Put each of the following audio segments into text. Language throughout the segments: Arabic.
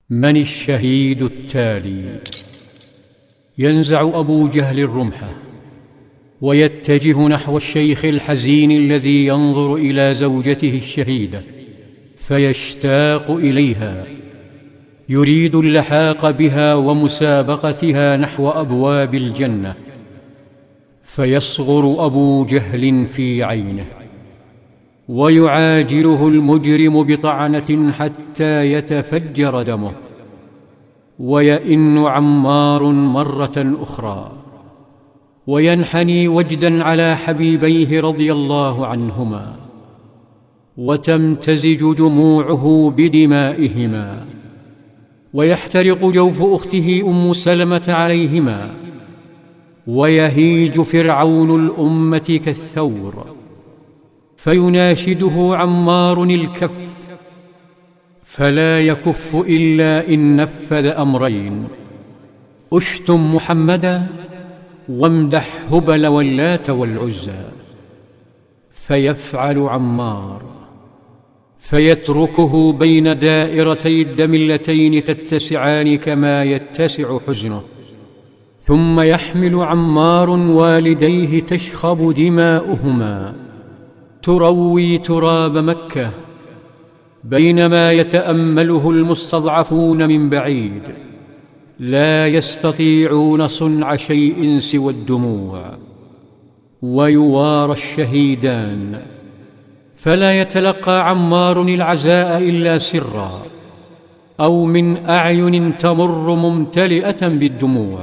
من الشهيد التالي؟ ينزع أبو جهل رمحه ويتجه نحو الشيخ الحزين الذي ينظر إلى زوجته الشهيدة فيشتاق إليها، يريد اللحاق بها ومسابقتها نحو أبواب الجنة، فيصغر أبو جهل في عينه ويعاجله المجرم بطعنة حتى يتفجر دمه، ويئن عمار مرة أخرى وينحني وجدا على حبيبيه رضي الله عنهما، وتمتزج دموعه بدمائهما، ويحترق جوف أخته أم سلمة عليهما، ويهيج فرعون الأمة كالثور، فيناشده عمار الكف، فلا يكف إلا إن نفذ أمرين: اشتم محمدا وامدح هبل واللات والعزى. فيفعل عمار، فيتركه بين دائرتي الدم اللتين تتسعان كما يتسع حزنه، ثم يحمل عمار والديه تشخب دماؤهما تروي تراب مكة، بينما يتأمله المستضعفون من بعيد لا يستطيعون صنع شيء سوى الدموع، ويوارى الشهيدان، فلا يتلقى عمار العزاء إلا سرا أو من أعين تمر ممتلئة بالدموع،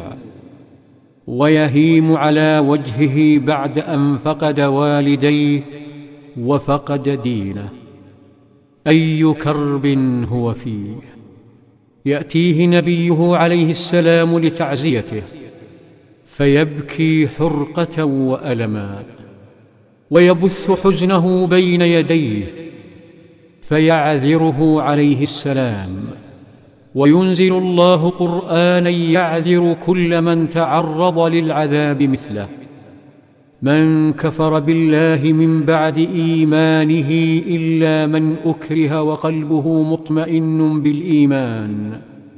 ويهيم على وجهه بعد أن فقد والديه وفقد دينه. أي كرب هو فيه! يأتيه نبيه عليه السلام لتعزيته فيبكي حرقة وألما، ويبث حزنه بين يديه فيعذره عليه السلام، وينزل الله قرآنا يعذر كل من تعرض للعذاب مثله: من كفر بالله من بعد إيمانه إلا من أكره وقلبه مطمئن بالإيمان،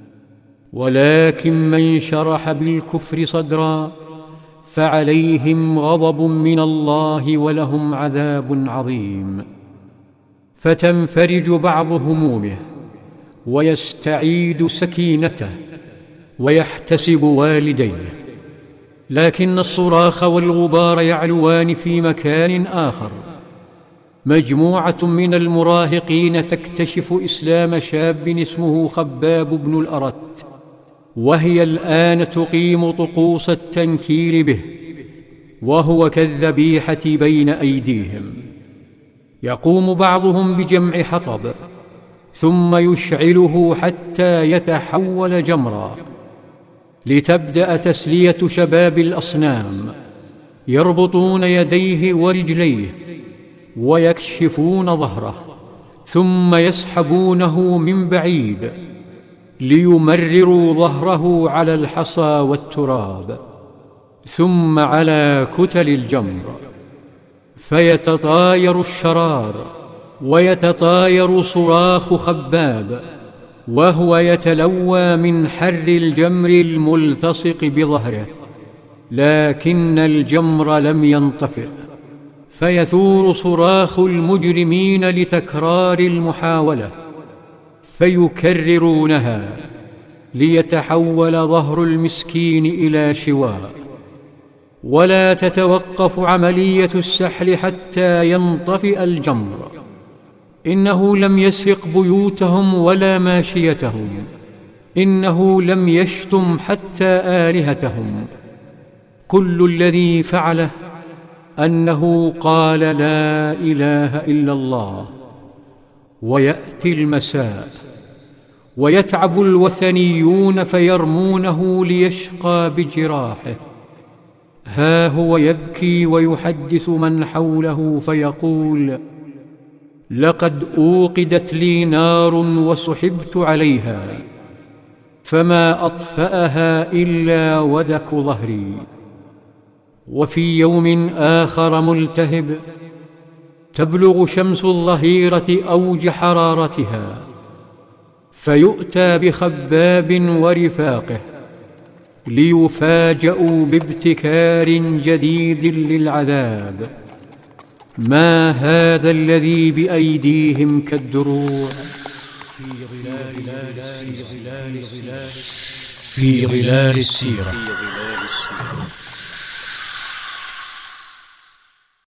ولكن من شرح بالكفر صدرا فعليهم غضب من الله ولهم عذاب عظيم. فتنفرج بعض همومه ويستعيد سكينته ويحتسب والديه، لكن الصراخ والغبار يعلوان في مكان آخر. مجموعة من المراهقين تكتشف إسلام شاب اسمه خباب بن الأرت، وهي الآن تقيم طقوس التنكيل به، وهو كالذبيحة بين أيديهم. يقوم بعضهم بجمع حطب ثم يشعله حتى يتحول جمرا، لتبدأ تسلية شباب الأصنام، يربطون يديه ورجليه ويكشفون ظهره، ثم يسحبونه من بعيد ليمرروا ظهره على الحصى والتراب، ثم على كتل الجمر، فيتطاير الشرار ويتطاير صراخ خباب وهو يتلوى من حر الجمر الملتصق بظهره، لكن الجمر لم ينطفئ، فيثور صراخ المجرمين لتكرار المحاولة، فيكررونها ليتحول ظهر المسكين إلى شواء، ولا تتوقف عملية السحل حتى ينطفئ الجمر. إنه لم يسرق بيوتهم ولا ماشيتهم، إنه لم يشتم حتى آلهتهم، كل الذي فعله أنه قال: لا إله إلا الله. ويأتي المساء ويتعب الوثنيون فيرمونه ليشقى بجراحه، ها هو يبكي ويحدث من حوله فيقول: لقد أوقدت لي نار وسحبت عليها، فما أطفأها إلا ودك ظهري. وفي يوم آخر ملتهب تبلغ شمس الظهيرة أوج حرارتها، فيؤتى بخباب ورفاقه ليفاجأوا بابتكار جديد للعذاب. ما هذا الذي بأيديهم كالدروع في ظلال السيرة.